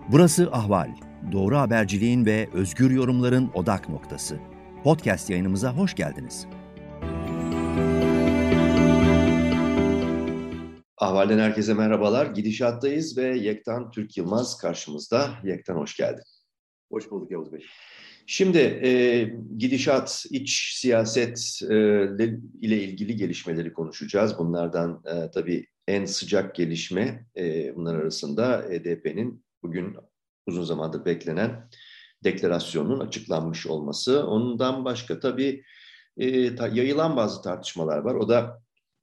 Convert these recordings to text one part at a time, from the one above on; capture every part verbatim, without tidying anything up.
Burası Ahval. Doğru haberciliğin ve özgür yorumların odak noktası. Podcast yayınımıza hoş geldiniz. Ahval'den herkese merhabalar. Gidişattayız ve Yektan Türk Yılmaz karşımızda. Yektan hoş geldin. Hoş bulduk Yavuz Bey. Şimdi e, gidişat, iç siyaset e, ile ilgili gelişmeleri konuşacağız. Bunlardan e, tabii en sıcak gelişme e, bunlar arasında H D P'nin bugün uzun zamandır beklenen deklarasyonun açıklanmış olması. Ondan başka tabii e, ta, yayılan bazı tartışmalar var. O da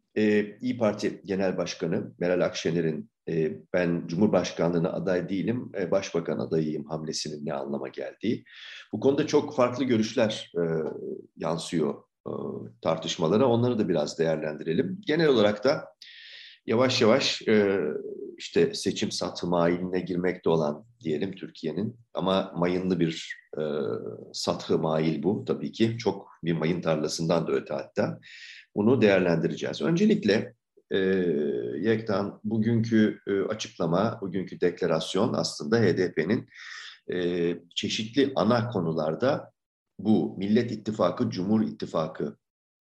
e, İYİ Parti Genel Başkanı Meral Akşener'in e, ben Cumhurbaşkanlığına aday değilim, e, Başbakan adayıyım hamlesinin ne anlama geldiği. Bu konuda çok farklı görüşler e, yansıyor e, tartışmalara. Onları da biraz değerlendirelim. Genel olarak da yavaş yavaş e, işte seçim satı mailine girmekte olan diyelim Türkiye'nin ama mayınlı bir e, satı mail bu tabii ki. Çok bir mayın tarlasından da öte hatta. Bunu değerlendireceğiz. Öncelikle e, Yektan bugünkü e, açıklama, bugünkü deklarasyon aslında H D P'nin e, çeşitli ana konularda bu Millet İttifakı, Cumhur İttifakı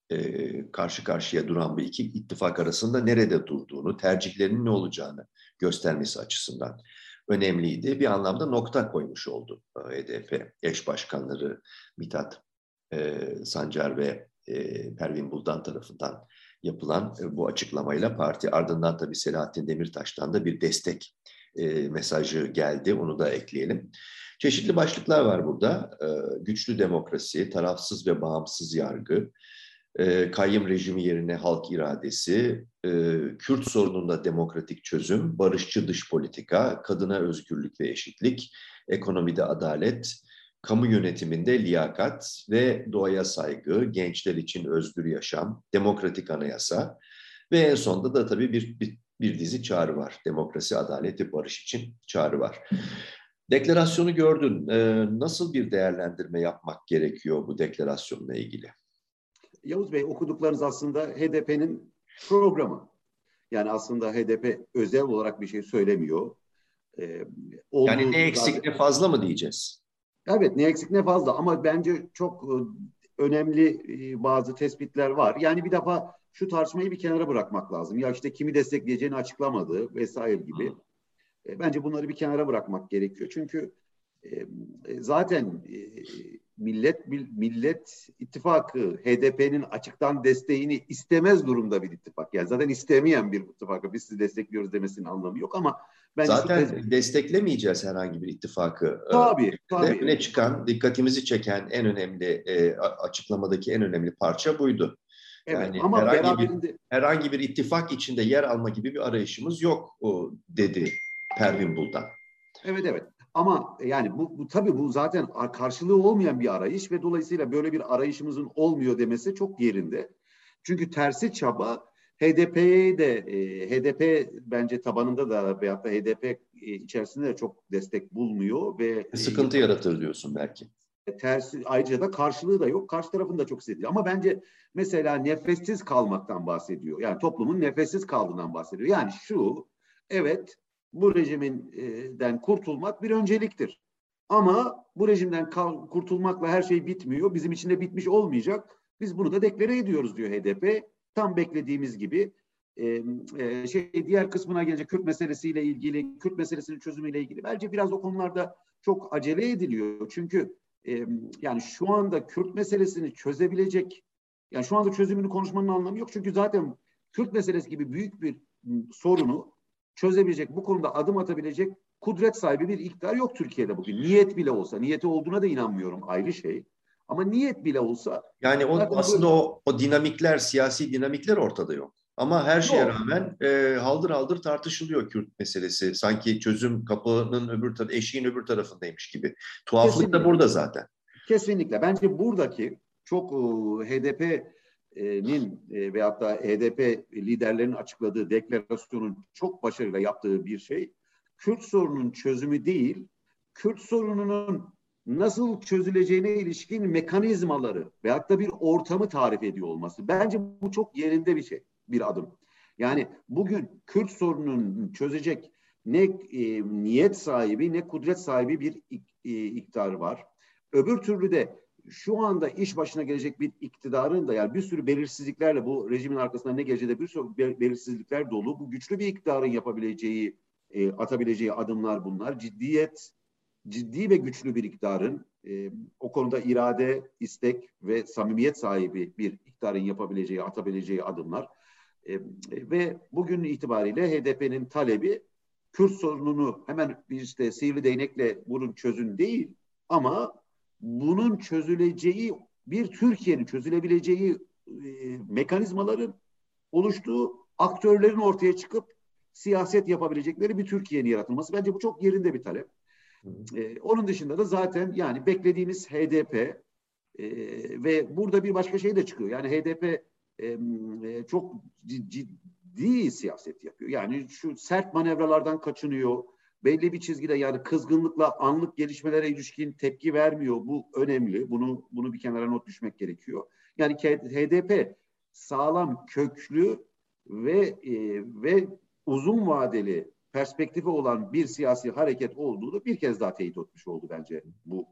e, karşı karşıya duran bu iki ittifak arasında nerede durduğunu, tercihlerinin ne olacağını göstermesi açısından önemliydi. Bir anlamda nokta koymuş oldu H D P eş başkanları Mithat e, Sancar ve e, Pervin Buldan tarafından yapılan e, bu açıklamayla parti ardından tabii Selahattin Demirtaş'tan da bir destek e, mesajı geldi. Onu da ekleyelim. Çeşitli başlıklar var burada. E, güçlü demokrasi, tarafsız ve bağımsız yargı, e, kayyım rejimi yerine halk iradesi, e, Kürt sorununda demokratik çözüm, barışçı dış politika, kadına özgürlük ve eşitlik, ekonomide adalet, kamu yönetiminde liyakat ve doğaya saygı, gençler için özgür yaşam, demokratik anayasa ve en sonunda da tabii bir, bir, bir dizi çağrı var. Demokrasi, adalet ve barış için çağrı var. Deklarasyonu gördün. Ee, nasıl bir değerlendirme yapmak gerekiyor bu deklarasyonla ilgili? Yavuz Bey, okuduklarınız aslında H D P'nin programı. Yani aslında H D P özel olarak bir şey söylemiyor. Ee, yani ne eksik zaten... ne fazla mı diyeceğiz? Evet, ne eksik ne fazla ama bence çok önemli bazı tespitler var. Yani bir defa şu tartışmayı bir kenara bırakmak lazım. Ya işte kimi destekleyeceğini açıklamadı vesaire gibi. Hmm. Bence bunları bir kenara bırakmak gerekiyor. Çünkü zaten Millet Millet İttifakı H D P'nin açıktan desteğini istemez durumda bir ittifak. Yani zaten istemeyen bir ittifakı biz sizi destekliyoruz demesinin anlamı yok ama bence zaten şu... desteklemeyeceğiz herhangi bir ittifakı. Tabii, tabii. Öne çıkan, dikkatimizi çeken en önemli e, açıklamadaki en önemli parça buydu. Evet, yani ama herhangi beraberinde... bir herhangi bir ittifak içinde yer alma gibi bir arayışımız yok o dedi Pervin Buldan. Evet evet. Ama yani bu, bu tabii bu zaten karşılığı olmayan bir arayış ve dolayısıyla böyle bir arayışımızın olmuyor demesi çok yerinde. Çünkü tersi çaba H D P'ye de e, H D P bence tabanında da veyahut da H D P e, içerisinde de çok destek bulmuyor ve sıkıntı e, yaratır diyorsun belki. Tersi ayrıca da karşılığı da yok. Karşı tarafın da çok istediği. Ama bence mesela nefessiz kalmaktan bahsediyor. Yani toplumun nefessiz kaldığından bahsediyor. Yani şu evet bu rejiminden kurtulmak bir önceliktir. Ama bu rejimden kurtulmakla her şey bitmiyor. Bizim için de bitmiş olmayacak. Biz bunu da deklare ediyoruz diyor H D P. Tam beklediğimiz gibi. Ee, e, şey diğer kısmına gelince Kürt meselesiyle ilgili, Kürt meselesinin çözümüyle ilgili bence biraz o konularda çok acele ediliyor. Çünkü e, yani şu anda Kürt meselesini çözebilecek, yani şu anda çözümünü konuşmanın anlamı yok. Çünkü zaten Kürt meselesi gibi büyük bir sorunu çözebilecek, bu konuda adım atabilecek kudret sahibi bir iktidar yok Türkiye'de bugün. Niyet bile olsa, niyeti olduğuna da inanmıyorum ayrı şey. Ama niyet bile olsa... Yani o, aslında böyle... o, o dinamikler, siyasi dinamikler ortada yok. Ama her şeye yok. rağmen e, haldır haldır tartışılıyor Kürt meselesi. Sanki çözüm kapının öbür tarafı, eşiğin öbür tarafındaymış gibi. Tuhaflık Kesinlikle. da burada zaten. Kesinlikle. Bence buradaki çok uh, H D P nin veyahut da H D P liderlerinin açıkladığı deklarasyonun çok başarıyla yaptığı bir şey, Kürt sorununun çözümü değil, Kürt sorununun nasıl çözüleceğine ilişkin mekanizmaları veyahut da bir ortamı tarif ediyor olması. Bence bu çok yerinde bir şey, bir adım. Yani bugün Kürt sorununu çözecek ne e, niyet sahibi ne kudret sahibi bir e, iktidar var. Öbür türlü de şu anda iş başına gelecek bir iktidarın da yani bir sürü belirsizliklerle bu rejimin arkasında ne geleceği bir sürü belirsizlikler dolu. Bu güçlü bir iktidarın yapabileceği, e, atabileceği adımlar bunlar. Ciddiyet, ciddi ve güçlü bir iktidarın e, o konuda irade, istek ve samimiyet sahibi bir iktidarın yapabileceği, atabileceği adımlar. E, ve bugün itibariyle H D P'nin talebi Kürt sorununu hemen bir işte sihirli değnekle bunun çözün değil ama bunun çözüleceği bir Türkiye'nin çözülebileceği e, mekanizmaların oluştuğu aktörlerin ortaya çıkıp siyaset yapabilecekleri bir Türkiye'nin yaratılması. Bence bu çok yerinde bir talep. E, onun dışında da zaten yani beklediğimiz H D P e, ve burada bir başka şey de çıkıyor. Yani H D P e, çok ciddi siyaset yapıyor. Yani şu sert manevralardan kaçınıyor. Belli bir çizgide yani kızgınlıkla anlık gelişmelere ilişkin tepki vermiyor. Bu önemli. Bunu bunu bir kenara not düşmek gerekiyor. Yani H D P sağlam, köklü ve e, ve uzun vadeli perspektifi olan bir siyasi hareket olduğu da bir kez daha teyit etmiş oldu bence bu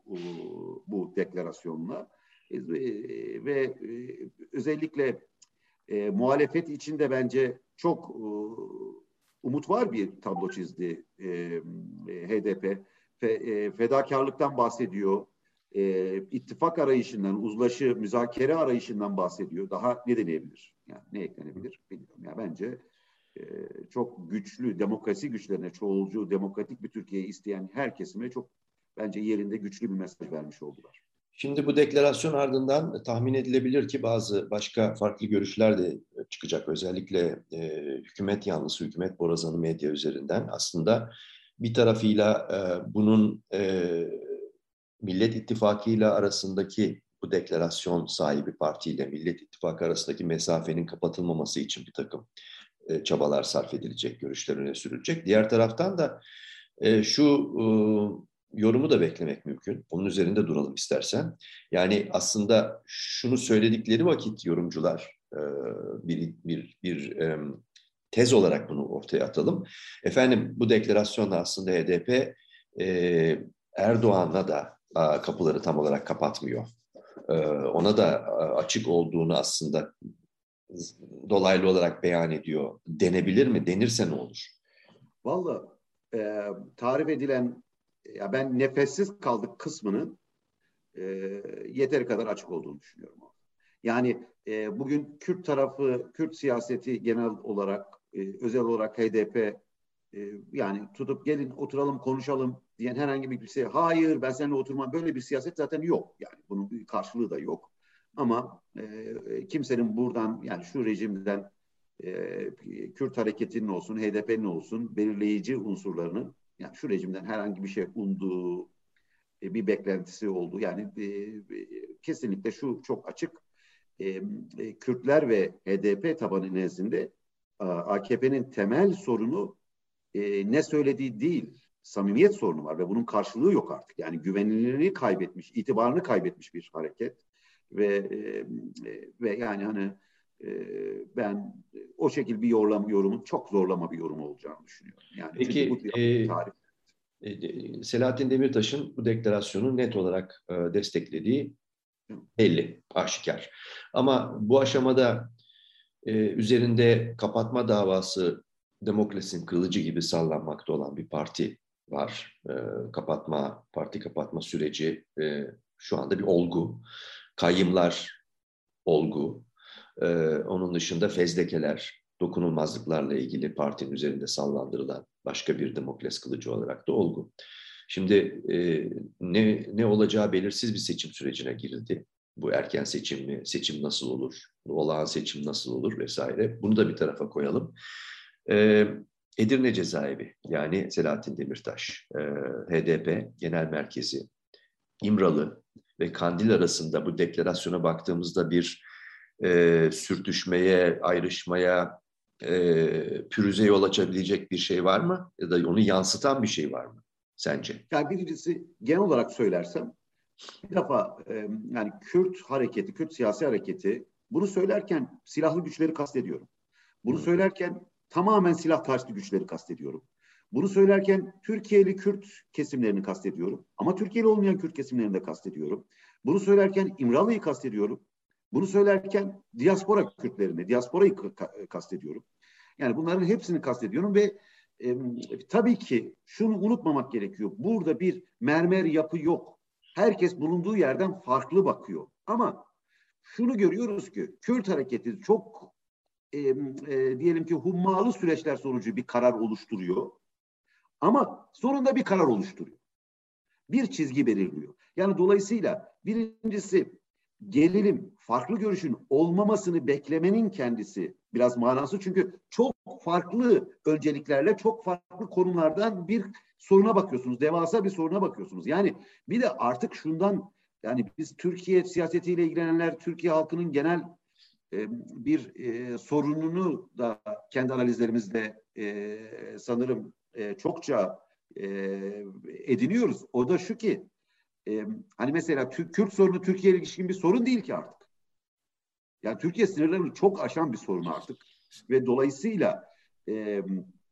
bu deklarasyonla. E, ve e, özellikle e, muhalefet içinde bence çok e, umut var bir tablo çizdi e, e, H D P. Fe, e, fedakarlıktan bahsediyor. E, ittifak arayışından, uzlaşı, müzakere arayışından bahsediyor. Daha ne deneyebilir? Yani ne eklenebilir? Bilmiyorum. Yani bence e, çok güçlü, demokrasi güçlerine, çoğulcu, demokratik bir Türkiye'yi isteyen her kesime çok bence yerinde güçlü bir mesaj vermiş oldular. Şimdi bu deklarasyon ardından tahmin edilebilir ki bazı başka farklı görüşler de çıkacak. Özellikle e, hükümet yanlısı, hükümet borazanı medya üzerinden aslında bir tarafıyla e, bunun e, Millet İttifakı ile arasındaki bu deklarasyon sahibi partiyle Millet İttifakı arasındaki mesafenin kapatılmaması için bir takım e, çabalar sarf edilecek, görüşler öne sürülecek. Diğer taraftan da e, şu e, yorumu da beklemek mümkün. Onun üzerinde duralım istersen. Yani aslında şunu söyledikleri vakit yorumcular e, bir, bir, bir e, tez olarak bunu ortaya atalım. Efendim bu deklarasyonla aslında H D P e, Erdoğan'la da a, kapıları tam olarak kapatmıyor. E, ona da a, açık olduğunu aslında dolaylı olarak beyan ediyor. Denebilir mi? Denirse ne olur? Vallahi e, tarif edilen ya ben nefessiz kaldık kısmının e, yeteri kadar açık olduğunu düşünüyorum. Yani e, bugün Kürt tarafı, Kürt siyaseti genel olarak, e, özel olarak H D P e, yani tutup gelin oturalım konuşalım diyen herhangi bir kimse hayır ben seninle oturmam böyle bir siyaset zaten yok. Yani bunun bir karşılığı da yok. Ama e, kimsenin buradan yani şu rejimden e, Kürt hareketinin olsun, H D P'nin olsun belirleyici unsurlarının yani şu rejimden herhangi bir şey umduğu e, bir beklentisi oldu. Yani e, e, kesinlikle şu çok açık. E, e, Kürtler ve H D P tabanı nezdinde A K P'nin temel sorunu e, ne söylediği değil, samimiyet sorunu var ve bunun karşılığı yok artık. Yani güvenilirliğini kaybetmiş, itibarını kaybetmiş bir hareket ve e, ve yani hani e, ben o şekilde bir yorum, yorumun çok zorlama bir yorum olacağını düşünüyorum. Yani Peki, çünkü bu bir tarih. E, Selahattin Demirtaş'ın bu deklarasyonu net olarak e, desteklediği belli, aşikar. Ama bu aşamada e, üzerinde kapatma davası demokrasinin kılıcı gibi sallanmakta olan bir parti var. E, kapatma, parti kapatma süreci e, şu anda bir olgu. Kayyımlar olgu. E, onun dışında fezlekeler, dokunulmazlıklarla ilgili partinin üzerinde sallandırılan başka bir Damokles kılıcı olarak da olgu. Şimdi e, ne, ne olacağı belirsiz bir seçim sürecine girildi. Bu erken seçim mi, seçim nasıl olur, olağan seçim nasıl olur vesaire. Bunu da bir tarafa koyalım. E, Edirne Cezaevi yani Selahattin Demirtaş, e, H D P Genel Merkezi, İmralı ve Kandil arasında bu deklarasyona baktığımızda bir e, sürtüşmeye, ayrışmaya, e, pürüze yol açabilecek bir şey var mı? Ya da onu yansıtan bir şey var mı sence? Yani birincisi genel olarak söylersem bir defa e, yani Kürt hareketi, Kürt siyasi hareketi bunu söylerken silahlı güçleri kastediyorum. Bunu söylerken tamamen silah karşıtı güçleri kastediyorum. Bunu söylerken Türkiye'li Kürt kesimlerini kastediyorum. Ama Türkiye'li olmayan Kürt kesimlerini de kastediyorum. Bunu söylerken İmralı'yı kastediyorum. Bunu söylerken diaspora Kürtlerini, diasporayı kastediyorum. Yani bunların hepsini kastediyorum ve e, tabii ki şunu unutmamak gerekiyor. Burada bir mermer yapı yok. Herkes bulunduğu yerden farklı bakıyor. Ama şunu görüyoruz ki Kürt hareketi çok e, e, diyelim ki hummalı süreçler sonucu bir karar oluşturuyor. Ama sonunda bir karar oluşturuyor. Bir çizgi belirliyor. Yani dolayısıyla birincisi gelelim farklı görüşün olmamasını beklemenin kendisi biraz manası. Çünkü çok farklı önceliklerle çok farklı konumlardan bir soruna bakıyorsunuz. Devasa bir soruna bakıyorsunuz. Yani bir de artık şundan yani biz Türkiye siyasetiyle ilgilenenler Türkiye halkının genel e, bir e, sorununu da kendi analizlerimizde e, sanırım e, çokça e, ediniyoruz. O da şu ki e, hani mesela Kürt sorunu Türkiye'ye ilişkin bir sorun değil ki artık. Yani Türkiye sınırlarını çok aşan bir sorun artık. Ve dolayısıyla e,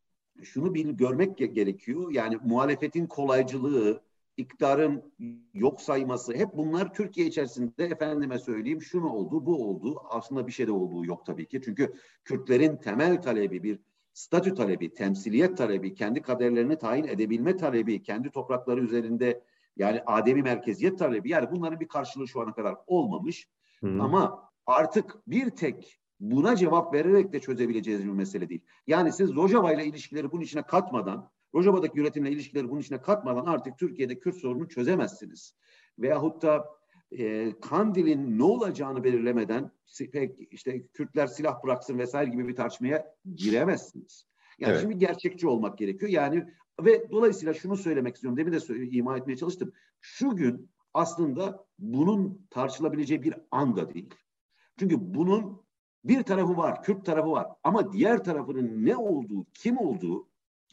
şunu bil, görmek gerekiyor. Yani muhalefetin kolaycılığı, iktidarın yok sayması hep bunlar Türkiye içerisinde efendime söyleyeyim şu mu oldu, bu oldu. Aslında bir şey de olduğu yok tabii ki. Çünkü Kürtlerin temel talebi bir statü talebi, temsiliyet talebi, kendi kaderlerini tayin edebilme talebi, kendi toprakları üzerinde yani ademi merkeziyet talebi. Yani bunların bir karşılığı şu ana kadar olmamış. Hı. Ama artık bir tek buna cevap vererek de çözebileceğiniz bir mesele değil. Yani siz Rojava ile ilişkileri bunun içine katmadan, Rojava'daki yönetimle ilişkileri bunun içine katmadan artık Türkiye'de Kürt sorununu çözemezsiniz. Veyahut da e, Kandil'in ne olacağını belirlemeden pek işte Kürtler silah bıraksın vesaire gibi bir tartışmaya giremezsiniz. Yani evet. Şimdi gerçekçi olmak gerekiyor. Yani ve dolayısıyla şunu söylemek istiyorum. Demin de söyle, ima etmeye çalıştım. Şu gün aslında bunun tartışılabileceği bir anda değil. Çünkü bunun bir tarafı var, Kürt tarafı var. Ama diğer tarafının ne olduğu, kim olduğu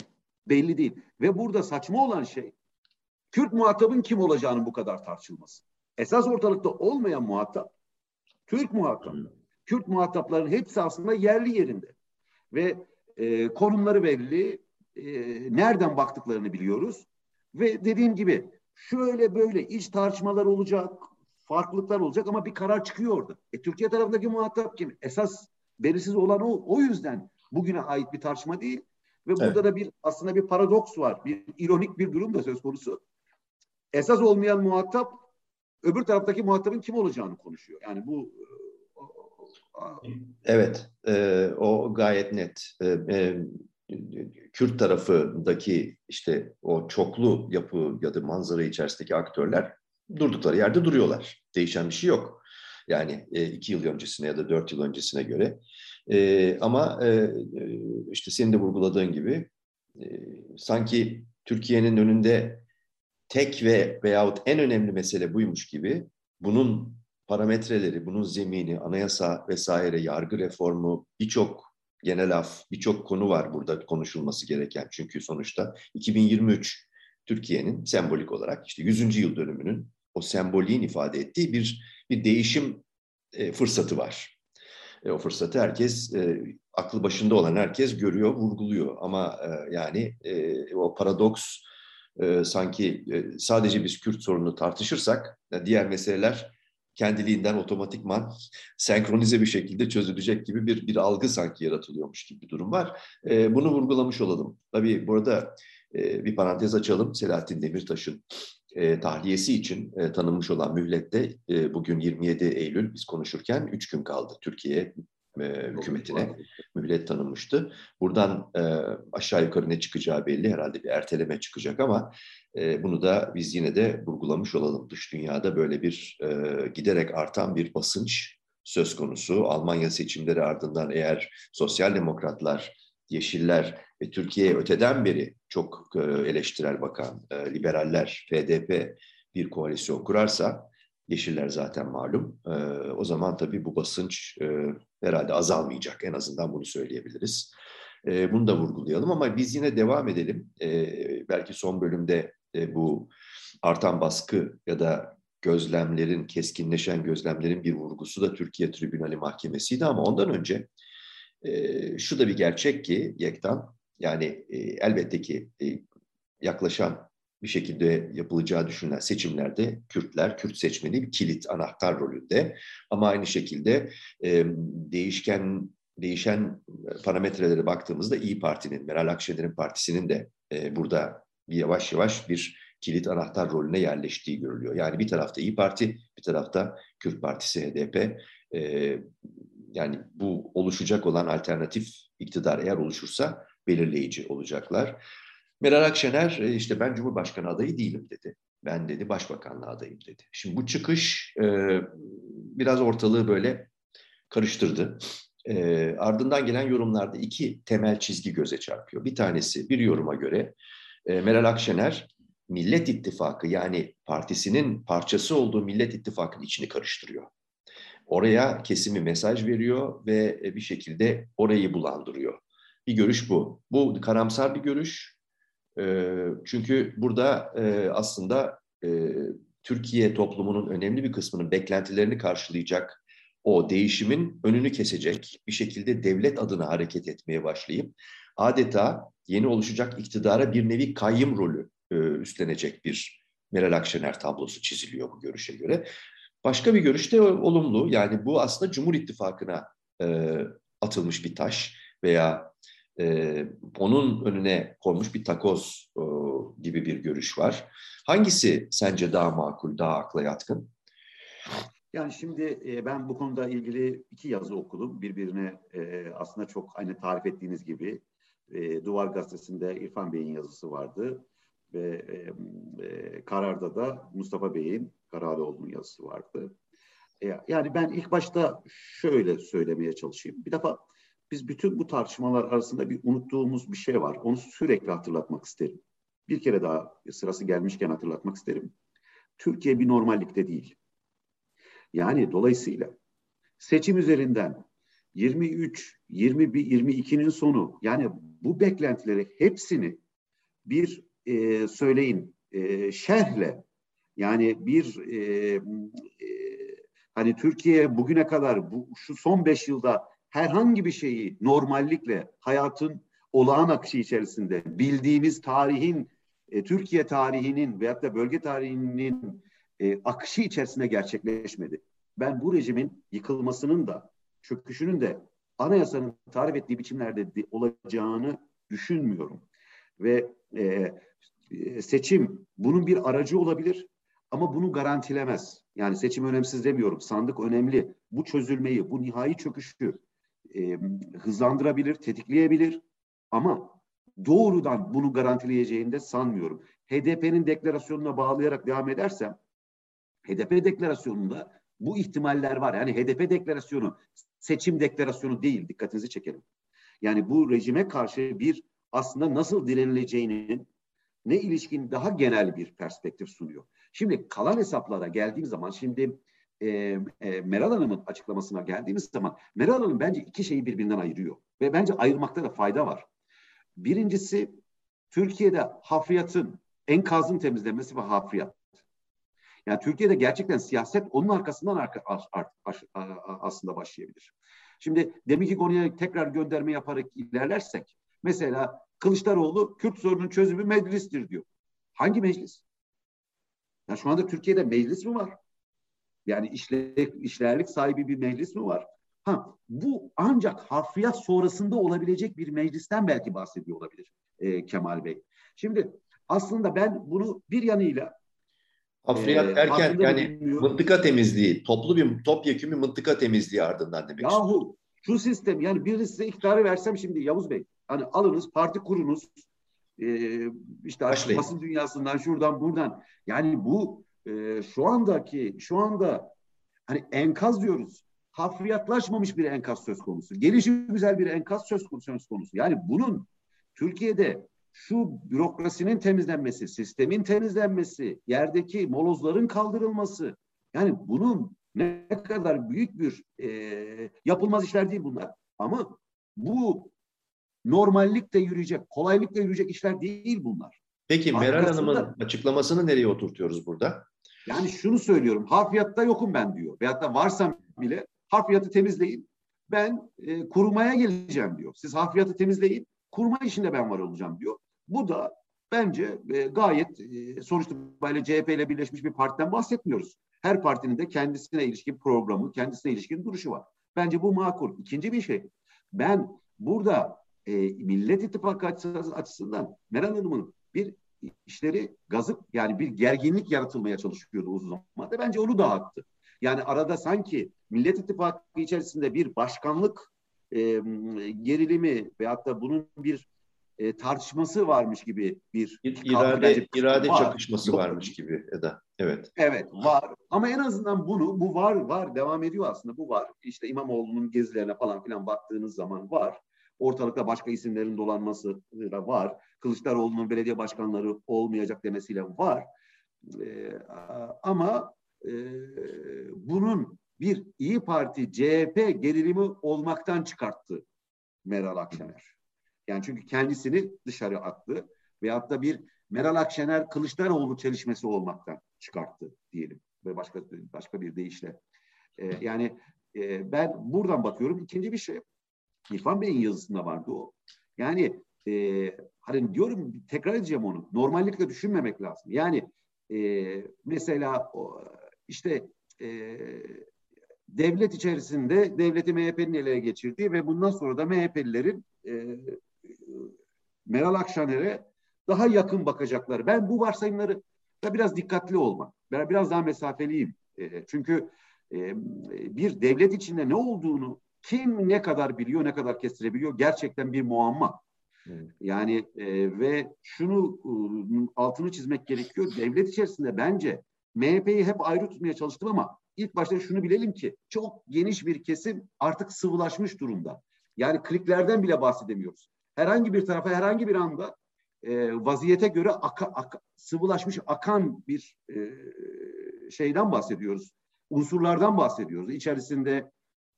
belli değil. Ve burada saçma olan şey, Kürt muhatabın kim olacağının bu kadar tartışılması. Esas ortalıkta olmayan muhatap, Türk muhatap. Kürt muhatapların hepsi aslında yerli yerinde. Ve e, konumları belli, e, nereden baktıklarını biliyoruz. Ve dediğim gibi şöyle böyle iç tartışmalar olacak, farklılıklar olacak ama bir karar çıkıyor orada. E, Türkiye tarafındaki muhatap kim? Esas belirsiz olan o. O yüzden bugüne ait bir tartışma değil. Ve evet. Burada da bir aslında bir paradoks var. Bir ironik bir durum da söz konusu. Esas olmayan muhatap öbür taraftaki muhatabın kim olacağını konuşuyor. Yani bu evet, e, o gayet net. E, e, Kürt tarafındaki işte o çoklu yapı ya da manzara içerisindeki aktörler durdukları yerde duruyorlar. Değişen bir şey yok. Yani e, iki yıl öncesine ya da dört yıl öncesine göre. E, ama e, işte senin de vurguladığın gibi e, sanki Türkiye'nin önünde tek ve veyahut en önemli mesele buymuş gibi bunun parametreleri, bunun zemini, anayasa vesaire, yargı reformu, birçok genel af, birçok konu var burada konuşulması gereken. Çünkü sonuçta iki bin yirmi üç Türkiye'nin sembolik olarak işte yüzüncü yıl dönümünün o sembolliğin ifade ettiği bir bir değişim e, fırsatı var. E, o fırsatı herkes, e, aklı başında olan herkes görüyor, vurguluyor. Ama e, yani e, o paradoks e, sanki e, sadece biz Kürt sorununu tartışırsak e, diğer meseleler kendiliğinden otomatikman senkronize bir şekilde çözülecek gibi bir bir algı sanki yaratılıyormuş gibi bir durum var. E, bunu vurgulamış olalım. Tabii burada e, bir parantez açalım. Selahattin Demirtaş'ın e, tahliyesi için e, tanınmış olan mühlette e, bugün yirmi yedi Eylül biz konuşurken üç gün kaldı. Türkiye e, hükümetine mühlet tanınmıştı. Buradan e, aşağı yukarı ne çıkacağı belli. Herhalde bir erteleme çıkacak ama e, bunu da biz yine de vurgulamış olalım. Dış dünyada böyle bir e, giderek artan bir basınç söz konusu. Almanya seçimleri ardından eğer sosyal demokratlar, yeşiller ve Türkiye'ye öteden beri çok e, eleştirel bakan e, liberaller, F D P bir koalisyon kurarsa, yeşiller zaten malum, e, o zaman tabii bu basınç e, herhalde azalmayacak. En azından bunu söyleyebiliriz. E, bunu da vurgulayalım ama biz yine devam edelim. E, belki son bölümde e, bu artan baskı ya da gözlemlerin, keskinleşen gözlemlerin bir vurgusu da Türkiye Tribünali Mahkemesi'ydi ama ondan önce e, şu da bir gerçek ki Yektan, Yani e, elbette ki e, yaklaşan bir şekilde yapılacağı düşünülen seçimlerde Kürtler, Kürt seçmeni bir kilit, anahtar rolünde. Ama aynı şekilde e, değişken değişen parametrelere baktığımızda İyi Parti'nin, Meral Akşener'in partisinin de e, burada bir yavaş yavaş bir kilit anahtar rolüne yerleştiği görülüyor. Yani bir tarafta İyi Parti, bir tarafta Kürt Partisi, H D P. E, yani bu oluşacak olan alternatif iktidar eğer oluşursa belirleyici olacaklar. Meral Akşener işte ben Cumhurbaşkanı adayı değilim dedi. Ben dedi başbakanlığa adayım dedi. Şimdi bu çıkış e, biraz ortalığı böyle karıştırdı. E, ardından gelen yorumlarda iki temel çizgi göze çarpıyor. Bir tanesi bir yoruma göre e, Meral Akşener Millet İttifakı yani partisinin parçası olduğu Millet İttifakı'nın içini karıştırıyor. Oraya kesimi mesaj veriyor ve bir şekilde orayı bulandırıyor. Bir görüş bu. Bu karamsar bir görüş. Çünkü burada aslında Türkiye toplumunun önemli bir kısmının beklentilerini karşılayacak o değişimin önünü kesecek bir şekilde devlet adına hareket etmeye başlayıp adeta yeni oluşacak iktidara bir nevi kayyım rolü üstlenecek bir Meral Akşener tablosu çiziliyor bu görüşe göre. Başka bir görüş de olumlu. Yani bu aslında Cumhur İttifakı'na atılmış bir taş veya Ee, onun önüne konmuş bir takoz e, gibi bir görüş var. Hangisi sence daha makul, daha akla yatkın? Yani şimdi e, ben bu konuda ilgili iki yazı okudum. Birbirine e, aslında çok aynı tarif ettiğiniz gibi e, Duvar Gazetesi'nde İrfan Bey'in yazısı vardı ve e, e, Karar'da da Mustafa Bey'in, Karaoğlu'nun yazısı vardı. E, yani ben ilk başta şöyle söylemeye çalışayım. Bir defa biz bütün bu tartışmalar arasında bir unuttuğumuz bir şey var. Onu sürekli hatırlatmak isterim. Bir kere daha sırası gelmişken hatırlatmak isterim. Türkiye bir normallikte değil. Yani dolayısıyla seçim üzerinden yirmi üç, yirmi bir, yirmi ikinin sonu yani bu beklentileri hepsini bir e, söyleyin e, şerhle yani bir e, e, hani Türkiye bugüne kadar bu şu son beş yılda herhangi bir şeyi normallikle hayatın olağan akışı içerisinde bildiğimiz tarihin, e, Türkiye tarihinin veyahut da bölge tarihinin e, akışı içerisinde gerçekleşmedi. Ben bu rejimin yıkılmasının da çöküşünün de anayasanın tarif ettiği biçimlerde olacağını düşünmüyorum. Ve e, seçim bunun bir aracı olabilir ama bunu garantilemez. Yani seçim önemsiz demiyorum. Sandık önemli. Bu çözülmeyi, bu nihai çöküşü e, hızlandırabilir, tetikleyebilir ama doğrudan bunu garantileyeceğini de sanmıyorum. H D P'nin deklarasyonuna bağlayarak devam edersem H D P deklarasyonunda bu ihtimaller var. Yani H D P deklarasyonu seçim deklarasyonu değil, dikkatinizi çekelim. Yani bu rejime karşı bir aslında nasıl direnileceğinin ne ilişkin daha genel bir perspektif sunuyor. Şimdi kalan hesaplara geldiğimiz zaman şimdi e, e, Meral Hanım'ın açıklamasına geldiğimiz zaman Meral Hanım bence iki şeyi birbirinden ayırıyor. Ve bence ayırmakta da fayda var. Birincisi Türkiye'de hafriyatın, enkazın temizlenmesi ve hafriyat. Yani Türkiye'de gerçekten siyaset onun arkasından arka, ar, ar, ar, aslında başlayabilir. Şimdi deminki konuya tekrar gönderme yaparak ilerlersek, mesela Kılıçdaroğlu Kürt sorunun çözümü meclistir diyor. Hangi meclis? Ya şu anda Türkiye'de meclis mi var? Yani işle, işlerlik sahibi bir meclis mi var? Ha, bu ancak hafriyat sonrasında olabilecek bir meclisten belki bahsediyor olabilir e, Kemal Bey. Şimdi aslında ben bunu bir yanıyla hafriyat derken yani mıntıka temizliği, toplu bir topyekun bir mıntıka temizliği ardından demek istiyorum. Yahu şu sistem yani birisi size iktidarı versem şimdi Yavuz Bey hani alınız parti kurunuz e, işte artık basın dünyasından şuradan buradan yani bu e, şu andaki şu anda hani enkaz diyoruz. Hafriyatlaşmamış bir enkaz söz konusu. Gelişi güzel bir enkaz söz konusu. Yani bunun Türkiye'de şu bürokrasinin temizlenmesi, sistemin temizlenmesi, yerdeki molozların kaldırılması yani bunun ne kadar büyük bir e, yapılmaz işler değil bunlar. Ama bu normallikle yürüyecek, kolaylıkla yürüyecek işler değil bunlar. Peki Meral Hanım'ın açıklamasını nereye oturtuyoruz burada? Yani şunu söylüyorum, harfiyatta yokum ben diyor. Veyahut da varsam bile harfiyatı temizleyin, ben e, kurumaya geleceğim diyor. Siz harfiyatı temizleyin, kurma işinde ben var olacağım diyor. Bu da bence e, gayet e, sonuçta böyle C H P ile birleşmiş bir partiden bahsetmiyoruz. Her partinin de kendisine ilişkin programı, kendisine ilişkin duruşu var. Bence bu makul. İkinci bir şey, ben burada e, Millet İttifakı açısından Meral Hanım'ın bir işleri gazık, yani bir gerginlik yaratılmaya çalışıyordu uzun zamandır. Bence onu dağıttı. Yani arada sanki Millet İttifakı içerisinde bir başkanlık e, gerilimi veyahut da bunun bir e, tartışması varmış gibi bir irade, irade var. çakışması Yok. varmış gibi Eda. Evet. Evet var. Ama en azından bunu, bu var var devam ediyor aslında, bu var. İşte İmamoğlu'nun gezilerine falan filan baktığınız zaman var. Ortalıkta başka isimlerin dolanması da var. Kılıçdaroğlu'nun belediye başkanları olmayacak demesiyle var. Ee, ama e, bunun bir İyi Parti C H P gerilimi olmaktan çıkarttı Meral Akşener. Yani çünkü kendisini dışarı attı veyahut da bir Meral Akşener Kılıçdaroğlu çelişmesi olmaktan çıkarttı diyelim ve başka başka bir deyişle. Ee, yani e, ben buradan bakıyorum. İkinci bir şey, İrfan Bey'in yazısında vardı o. Yani e, hani diyorum, tekrar edeceğim onu. Normallikle düşünmemek lazım. Yani e, mesela o, işte e, devlet içerisinde devleti M H P'nin ele geçirdiği ve bundan sonra da M H P'lilerin e, Meral Akşener'e daha yakın bakacakları. Ben bu varsayımları da biraz dikkatli olmak. Ben biraz daha mesafeliyim. E, çünkü e, bir devlet içinde ne olduğunu kim ne kadar biliyor, ne kadar kestirebiliyor gerçekten bir muamma. Evet. Yani e, ve şunu e, altını çizmek gerekiyor. Devlet içerisinde bence M H P'yi hep ayrı tutmaya çalıştım ama ilk başta şunu bilelim ki çok geniş bir kesim artık sıvılaşmış durumda. Yani kliklerden bile bahsedemiyoruz. Herhangi bir tarafa herhangi bir anda e, vaziyete göre aka, aka, sıvılaşmış akan bir e, şeyden bahsediyoruz. Unsurlardan bahsediyoruz. İçerisinde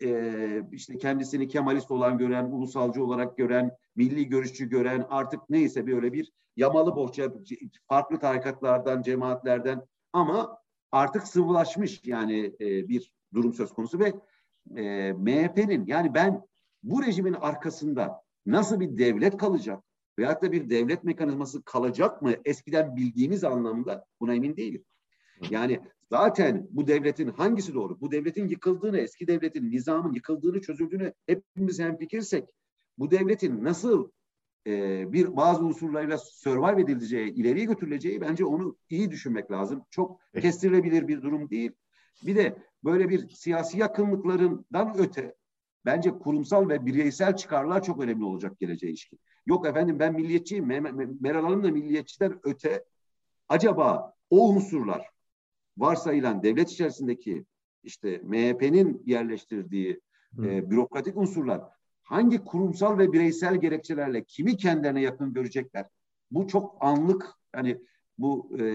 e, işte kendisini Kemalist olan gören, ulusalcı olarak gören, milli görüşçü gören, artık neyse böyle bir yamalı bohça, farklı tarikatlardan, cemaatlerden ama artık sıvılaşmış yani e, bir durum söz konusu ve e, M H P'nin, yani ben bu rejimin arkasında nasıl bir devlet kalacak veyahut da bir devlet mekanizması kalacak mı eskiden bildiğimiz anlamda, buna emin değilim. Yani zaten bu devletin hangisi doğru? Bu devletin yıkıldığını, eski devletin, nizamın yıkıldığını, çözüldüğünü hepimiz hemfikirsek bu devletin nasıl e, bir bazı unsurlarıyla survive edileceği, ileriye götürüleceği, bence onu iyi düşünmek lazım. Çok kestirilebilir bir durum değil. Bir de böyle bir siyasi yakınlıklarından öte bence kurumsal ve bireysel çıkarlar çok önemli olacak geleceğe ilişkin. Yok efendim ben milliyetçiyim, Meral Hanım da milliyetçiden öte, acaba o unsurlar varsayılan devlet içerisindeki işte M H P'nin yerleştirdiği e, bürokratik unsurlar hangi kurumsal ve bireysel gerekçelerle kimi kendilerine yakın görecekler? Bu çok anlık, hani bu e,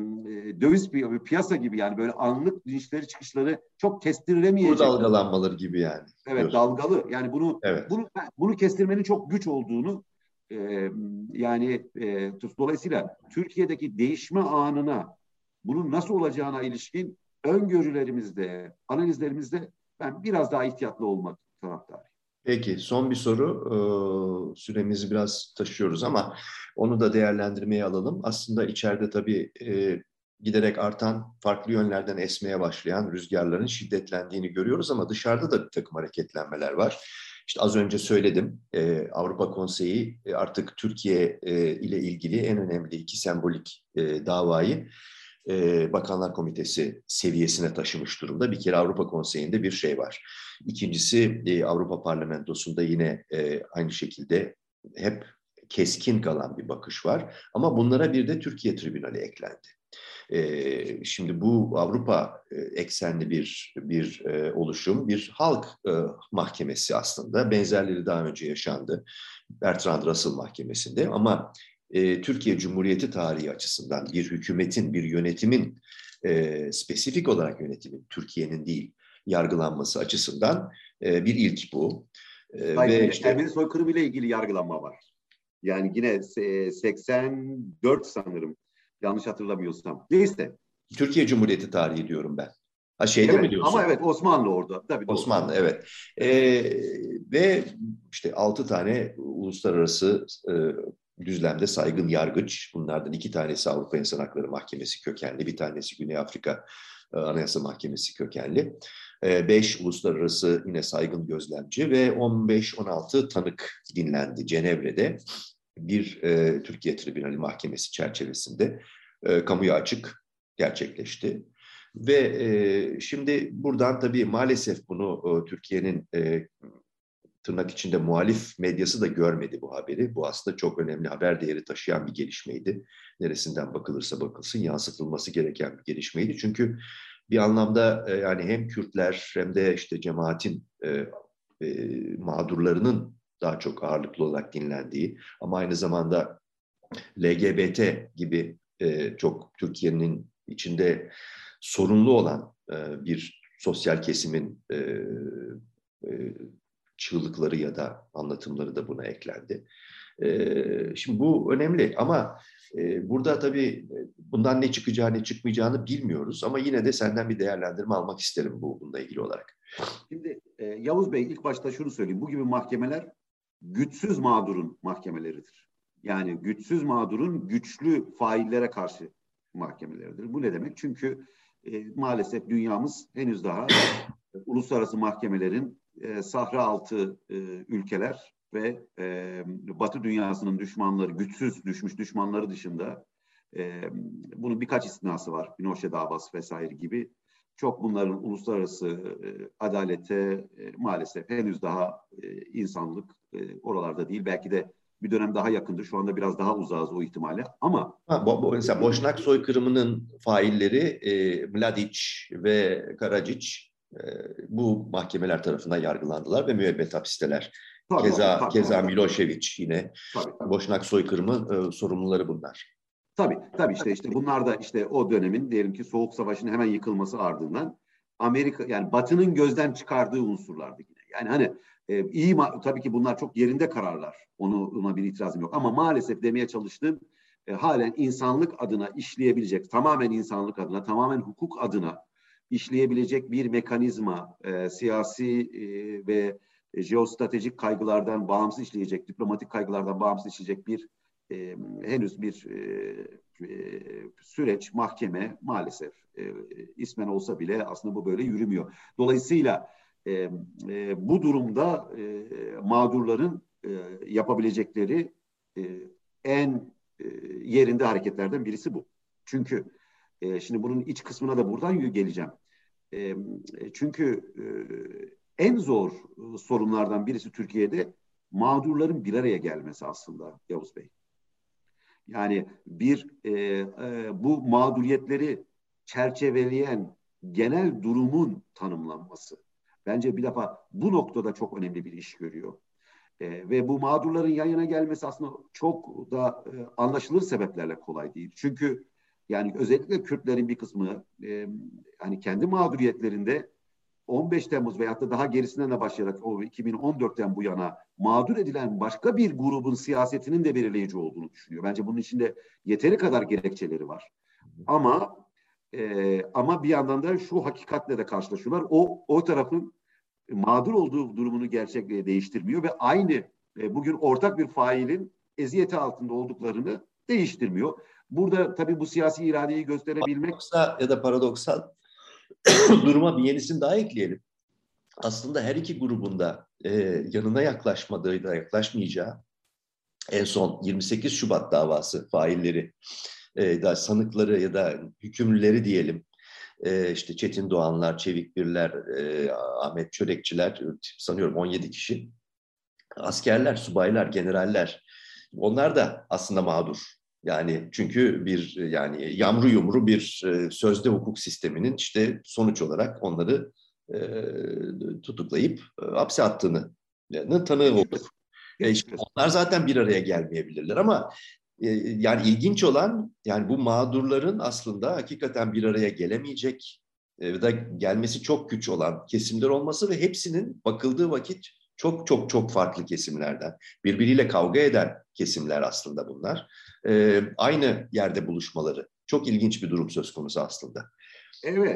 döviz pi- piyasa gibi, yani böyle anlık inişleri çıkışları çok kestirilemeyecek. Bu dalgalanmaları gibi yani. Evet, diyorsun. dalgalı. Yani bunu evet. bunu bunu kestirmenin çok güç olduğunu e, yani e, dolayısıyla Türkiye'deki değişme anına, bunun nasıl olacağına ilişkin öngörülerimizde, analizlerimizde ben biraz daha ihtiyatlı olmak taraftarıyım. Peki, son bir soru. Ee, süremizi biraz taşıyoruz ama onu da değerlendirmeye alalım. Aslında içeride tabii e, giderek artan, farklı yönlerden esmeye başlayan rüzgarların şiddetlendiğini görüyoruz ama dışarıda da bir takım hareketlenmeler var. İşte az önce söyledim, e, Avrupa Konseyi artık Türkiye e, ile ilgili en önemli iki sembolik e, davayı e, Bakanlar Komitesi seviyesine taşımış durumda. Bir kere Avrupa Konseyi'nde bir şey var. İkincisi e, Avrupa Parlamentosu'nda yine e, aynı şekilde hep keskin kalan bir bakış var. Ama bunlara bir de Türkiye Tribünali eklendi. E, şimdi bu Avrupa e, eksenli bir bir e, oluşum, bir halk e, mahkemesi aslında. Benzerleri daha önce yaşandı. Bertrand Russell Mahkemesi'nde ama e, Türkiye Cumhuriyeti tarihi açısından bir hükümetin, bir yönetimin, e, spesifik olarak yönetimin, Türkiye'nin değil, yargılanması açısından e, bir ilk bu. E, Hayır, ve işte Ermeni soykırımı ile ilgili yargılanma var. Yani yine seksen dört sanırım, yanlış hatırlamıyorsam. Neyse. Türkiye Cumhuriyeti tarihi diyorum ben. Ha şeyde evet, mi diyorsun? ama evet Osmanlı orada. Tabii doğru. Osmanlı, evet. Ee, ve işte altı tane uluslararası e, düzlemde saygın yargıç. Bunlardan iki tanesi Avrupa İnsan Hakları Mahkemesi kökenli, bir tanesi Güney Afrika e, Anayasa Mahkemesi kökenli. E, beş uluslararası yine saygın gözlemci ve on beş on altı tanık dinlendi Cenevre'de. Bir e, Türkiye Tribünali Mahkemesi çerçevesinde e, kamuya açık gerçekleşti. Ve e, şimdi buradan tabii maalesef bunu e, Türkiye'nin e, tırnak içinde muhalif medyası da görmedi bu haberi. Bu aslında çok önemli haber değeri taşıyan bir gelişmeydi. Neresinden bakılırsa bakılsın yansıtılması gereken bir gelişmeydi. Çünkü bir anlamda e, yani hem Kürtler hem de işte cemaatin e, e, mağdurlarının daha çok ağırlıklı olarak dinlendiği ama aynı zamanda L G B T gibi e, çok Türkiye'nin içinde sorunlu olan e, bir sosyal kesimin e, e, çığlıkları ya da anlatımları da buna eklendi. E, şimdi bu önemli ama e, burada tabii bundan ne çıkacağı ne çıkmayacağını bilmiyoruz ama yine de senden bir değerlendirme almak isterim bu bununla ilgili olarak. Şimdi e, Yavuz Bey ilk başta şunu söyleyeyim. Bu gibi mahkemeler güçsüz mağdurun mahkemeleridir. Yani güçsüz mağdurun güçlü faillere karşı mahkemeleridir. Bu ne demek? Çünkü e, maalesef dünyamız henüz daha e, uluslararası mahkemelerin e, sahra altı e, ülkeler ve e, Batı dünyasının düşmanları, güçsüz düşmüş düşmanları dışında e, bunun birkaç istinası var. Pinochet davası vesaire gibi. Çok bunların uluslararası e, adalete e, maalesef henüz daha e, insanlık e, oralarda değil. Belki de bir dönem daha yakındır. Şu anda biraz daha uzağız o ihtimale. Ama Ha, bo, bo, mesela Boşnak soykırımının failleri e, Mladic ve Karadzic e, bu mahkemeler tarafından yargılandılar ve müebbet hapisteler. tabii, Keza tabii, keza tabii, Milošević yine tabii. Boşnak soykırımı e, sorumluları bunlar. Tabii, tabii işte işte bunlar da işte o dönemin diyelim ki Soğuk Savaş'ın hemen yıkılması ardından Amerika yani Batı'nın gözden çıkardığı unsurlardı yine. Yani hani e, iyi tabii ki bunlar çok yerinde kararlar. Onu ona bir itirazım yok ama maalesef demeye çalıştığım e, halen insanlık adına işleyebilecek, tamamen insanlık adına, tamamen hukuk adına işleyebilecek bir mekanizma, e, siyasi e, ve e, jeostratejik kaygılardan bağımsız işleyecek, diplomatik kaygılardan bağımsız işleyecek bir e, henüz bir e, e, süreç, mahkeme maalesef e, ismen olsa bile aslında bu böyle yürümüyor. Dolayısıyla e, e, bu durumda e, mağdurların e, yapabilecekleri e, en e, yerinde hareketlerden birisi bu. Çünkü e, şimdi bunun iç kısmına da buradan geleceğim. E, çünkü e, en zor sorunlardan birisi Türkiye'de mağdurların bir araya gelmesi aslında Yavuz Bey. Yani bir e, e, bu mağduriyetleri çerçeveleyen genel durumun tanımlanması. Bence bir defa bu noktada çok önemli bir iş görüyor. E, ve bu mağdurların yan yana gelmesi aslında çok da e, anlaşılır sebeplerle kolay değil. Çünkü yani özellikle Kürtlerin bir kısmı e, hani kendi mağduriyetlerinde on beş Temmuz veyahut da daha gerisinden de başlayarak o iki bin on dörtten bu yana mağdur edilen başka bir grubun siyasetinin de belirleyici olduğunu düşünüyor. Bence bunun içinde yeteri kadar gerekçeleri var. Ama e, ama bir yandan da şu hakikatle de karşılaşıyorlar. O o tarafın mağdur olduğu durumunu gerçekliğe değiştirmiyor ve aynı e, bugün ortak bir failin eziyeti altında olduklarını değiştirmiyor. Burada tabii bu siyasi iradeyi gösterebilmek... Paradoksa ya da paradoksal duruma bir yenisini daha ekleyelim. Aslında her iki grubunda e, yanına yaklaşmadığı da yaklaşmayacağı en son yirmi sekiz Şubat davası failleri, e, da sanıkları ya da hükümlüleri diyelim. E, işte Çetin Doğanlar, Çevik Birler, e, Ahmet Çörekçiler sanıyorum on yedi kişi. Askerler, subaylar, generaller onlar da aslında mağdur. Yani çünkü bir yani yamru yumru bir e, sözde hukuk sisteminin işte sonuç olarak onları e, tutuklayıp e, hapse attığını e, tanığı olduk. E, işte onlar zaten bir araya gelmeyebilirler ama e, yani ilginç olan yani bu mağdurların aslında hakikaten bir araya gelemeyecek e, da gelmesi çok güç olan kesimler olması ve hepsinin bakıldığı vakit çok çok çok farklı kesimlerden, birbiriyle kavga eden kesimler aslında bunlar. Ee, aynı yerde buluşmaları. Çok ilginç bir durum söz konusu aslında. Evet.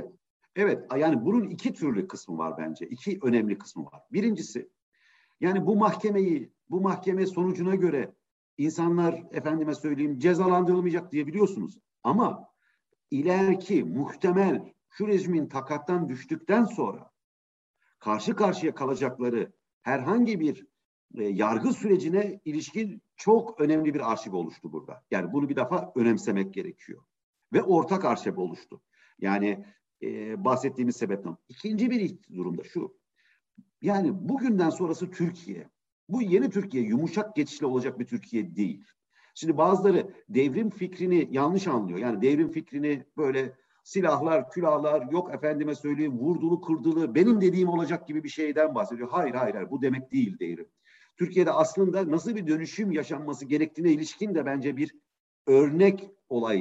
Evet, yani bunun iki türlü kısmı var bence. İki önemli kısmı var. Birincisi, yani bu mahkemeyi, bu mahkeme sonucuna göre insanlar efendime söyleyeyim cezalandırılmayacak diyebiliyorsunuz. Ama ileriki muhtemel şu rejimin takattan düştükten sonra karşı karşıya kalacakları herhangi bir e, yargı sürecine ilişkin çok önemli bir arşiv oluştu burada. Yani bunu bir defa önemsemek gerekiyor. Ve ortak arşiv oluştu. Yani e, bahsettiğimiz sebepten. İkinci bir durum da şu. Yani bugünden sonrası Türkiye, bu yeni Türkiye yumuşak geçişle olacak bir Türkiye değil. Şimdi bazıları devrim fikrini yanlış anlıyor. Yani devrim fikrini böyle silahlar, külahlar, yok efendime söyleyeyim vurdulu kırdılı benim dediğim olacak gibi bir şeyden bahsediyor. Hayır hayır hayır bu demek değil devrim. Türkiye'de aslında nasıl bir dönüşüm yaşanması gerektiğine ilişkin de bence bir örnek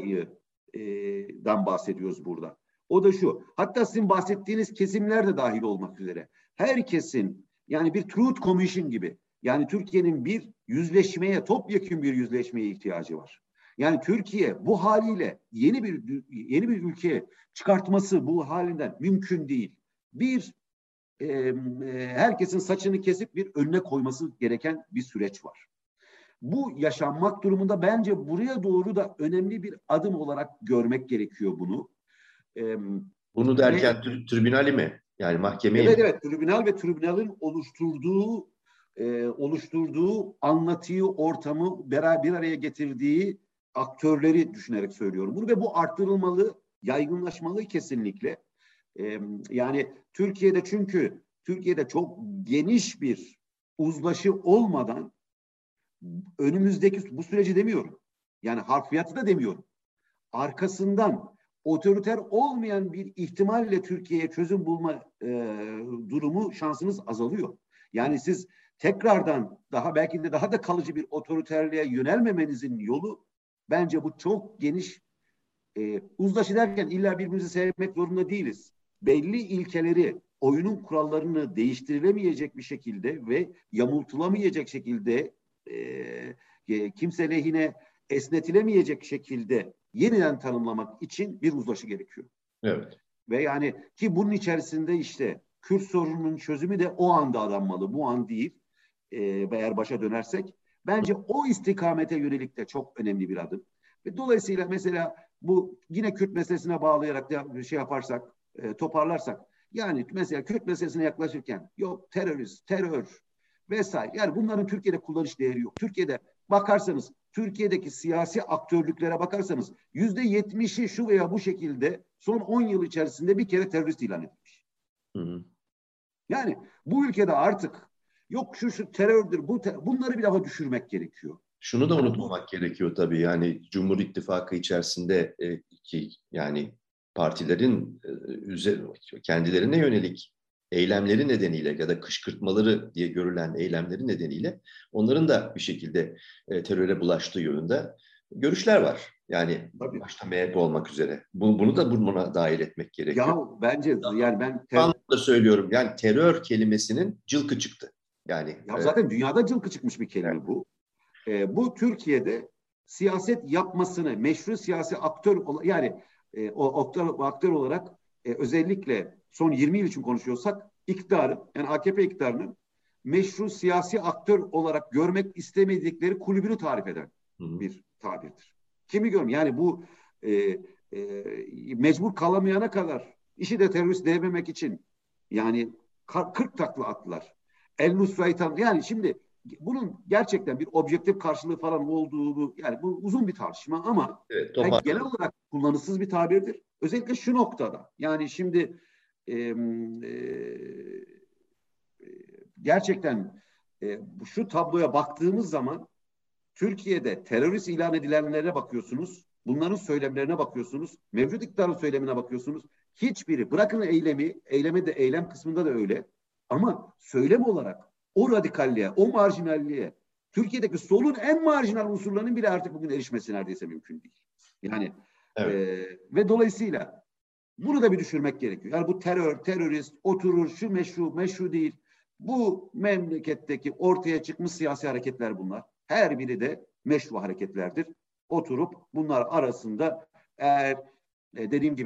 olaydan bahsediyoruz burada. O da şu, hatta sizin bahsettiğiniz kesimler de dahil olmak üzere. Herkesin yani bir Truth Commission gibi yani Türkiye'nin bir yüzleşmeye, topyekün bir yüzleşmeye ihtiyacı var. Yani Türkiye bu haliyle yeni bir yeni bir ülke çıkartması bu halinden mümkün değil. Bir e, e, herkesin saçını kesip bir önüne koyması gereken bir süreç var. Bu yaşanmak durumunda bence buraya doğru da önemli bir adım olarak görmek gerekiyor bunu. E, Bunu derken ve, tribünali mi? Yani mahkemeyi evet, mi? Evet, tribünal ve tribünalin oluşturduğu e, oluşturduğu anlatıyı, ortamı beraber bir araya getirdiği aktörleri düşünerek söylüyorum bunu ve bu arttırılmalı, yaygınlaşmalı kesinlikle. E, yani Türkiye'de çünkü Türkiye'de çok geniş bir uzlaşı olmadan önümüzdeki bu süreci demiyorum. Yani harfiyatı da demiyorum. Arkasından otoriter olmayan bir ihtimalle Türkiye'ye çözüm bulma e, durumu şansınız azalıyor. Yani siz tekrardan daha belki de daha da kalıcı bir otoriterliğe yönelmemenizin yolu bence bu çok geniş e, uzlaşı derken illa birbirimizi sevmek zorunda değiliz. Belli ilkeleri, oyunun kurallarını değiştirilemeyecek bir şekilde ve yamultulamayacak şekilde e, kimse lehine esnetilemeyecek şekilde yeniden tanımlamak için bir uzlaşı gerekiyor. Evet. Ve yani ki bunun içerisinde işte Kürt sorununun çözümü de o anda aranmalı, bu an değil. E, eğer başa dönersek bence o istikamete yönelik de çok önemli bir adım. Ve dolayısıyla mesela bu yine Kürt meselesine bağlayarak bir şey yaparsak, e, toparlarsak yani mesela Kürt meselesine yaklaşırken yok terörist, terör vesaire yani bunların Türkiye'de kullanış değeri yok. Türkiye'de bakarsanız Türkiye'deki siyasi aktörlüklere bakarsanız yüzde yetmişi şu veya bu şekilde son on yıl içerisinde bir kere terörist ilan edilmiş. Hı hı. Yani bu ülkede artık yok şu şu terördür, bu ter bunları bir daha düşürmek gerekiyor. Şunu da unutmamak bu, gerekiyor tabii. Yani Cumhur İttifakı içerisinde e, ki yani partilerin e, kendilerine yönelik eylemleri nedeniyle ya da kışkırtmaları diye görülen eylemleri nedeniyle onların da bir şekilde e, teröre bulaştığı yönünde görüşler var. Yani tabii. Başta M H P olmak üzere. Bunu, bunu da buna dahil etmek gerekiyor. Ya bence yani ben ter- da söylüyorum. Yani terör kelimesinin cılkı çıktı. Yani ya zaten e, dünyada cılkı çıkmış bir kelime evet. bu. E, bu Türkiye'de siyaset yapmasını meşru siyasi aktör yani e, o aktör, aktör olarak e, özellikle son yirmi yıl için konuşuyorsak iktidarın yani A K P iktidarının meşru siyasi aktör olarak görmek istemedikleri kulübünü tarif eden Hı-hı. bir tabirdir. Kimi görmüyor? Yani bu e, e, mecbur kalamayana kadar işi de terörist dememek için yani kırk takla attılar. El Nusra'yı yani şimdi bunun gerçekten bir objektif karşılığı falan olduğunu yani bu uzun bir tartışma ama evet, yani genel olarak kullanışsız bir tabirdir. Özellikle şu noktada yani şimdi e, e, gerçekten e, şu tabloya baktığımız zaman Türkiye'de terörist ilan edilenlere bakıyorsunuz. Bunların söylemlerine bakıyorsunuz. Mevcut iktidarın söylemine bakıyorsunuz. Hiçbiri bırakın eylemi, eyleme de eylem kısmında da öyle. Ama söylem olarak o radikalliğe, o marjinalliğe Türkiye'deki solun en marjinal unsurlarının bile artık bugün erişmesi neredeyse mümkün değil. Yani evet. e, ve dolayısıyla bunu da bir düşürmek gerekiyor. Yani bu terör, terörist, oturur, şu meşru, meşru değil. Bu memleketteki ortaya çıkmış siyasi hareketler bunlar. Her biri de meşru hareketlerdir. Oturup bunlar arasında eğer e, dediğim gibi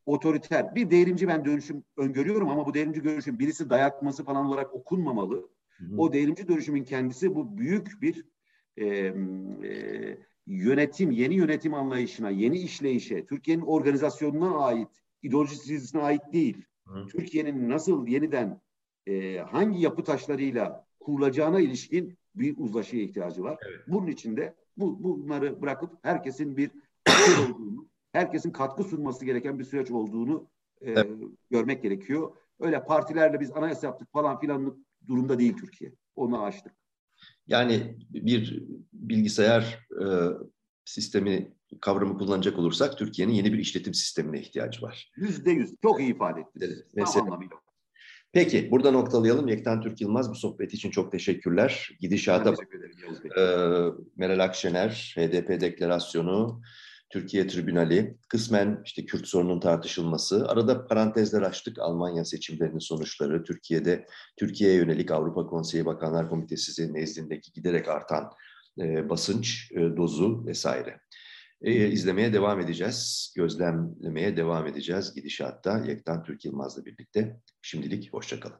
otoriter bir devrimci ben dönüşüm öngörüyorum ama bu devrimci dönüşüm birisi dayatması falan olarak okunmamalı. Hı hı. O devrimci dönüşümün kendisi bu büyük bir e, e, yönetim, yeni yönetim anlayışına, yeni işleyişe, Türkiye'nin organizasyonuna ait, ideolojisine ait değil. Hı. Türkiye'nin nasıl yeniden e, hangi yapı taşlarıyla kurulacağına ilişkin bir uzlaşıya ihtiyacı var. Evet. Bunun için de bu, bunları bırakıp herkesin bir akıl olduğunu, herkesin katkı sunması gereken bir süreç olduğunu e, evet. görmek gerekiyor. Öyle partilerle biz anayasa yaptık falan filanlık durumda değil Türkiye. Onu aştık. Yani bir bilgisayar e, sistemi kavramı kullanacak olursak Türkiye'nin yeni bir işletim sistemine ihtiyacı var. Yüzde yüz. Çok iyi ifade ettiniz. Evet, mesela. Peki, burada noktalayalım. Yektan Türk Yılmaz, bu sohbet için çok teşekkürler. Gidişata e, Meral Akşener, H D P deklarasyonu, Türkiye Tribünali, kısmen işte Kürt sorunun tartışılması, arada parantezler açtık, Almanya seçimlerinin sonuçları, Türkiye'de Türkiye'ye yönelik Avrupa Konseyi Bakanlar Komitesi nezdindeki giderek artan e, basınç e, dozu vesaire. E, izlemeye devam edeceğiz, gözlemlemeye devam edeceğiz gidişatta Yektan Türk Yılmaz'la birlikte. Şimdilik hoşça kalın.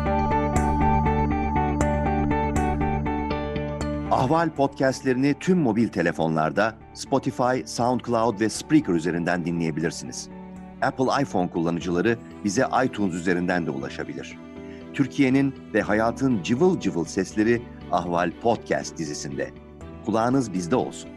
Ahval podcastlerini tüm mobil telefonlarda Spotify, SoundCloud ve Spreaker üzerinden dinleyebilirsiniz. Apple iPhone kullanıcıları bize iTunes üzerinden de ulaşabilir. Türkiye'nin ve hayatın cıvıl cıvıl sesleri Ahval Podcast dizisinde. Kulağınız bizde olsun.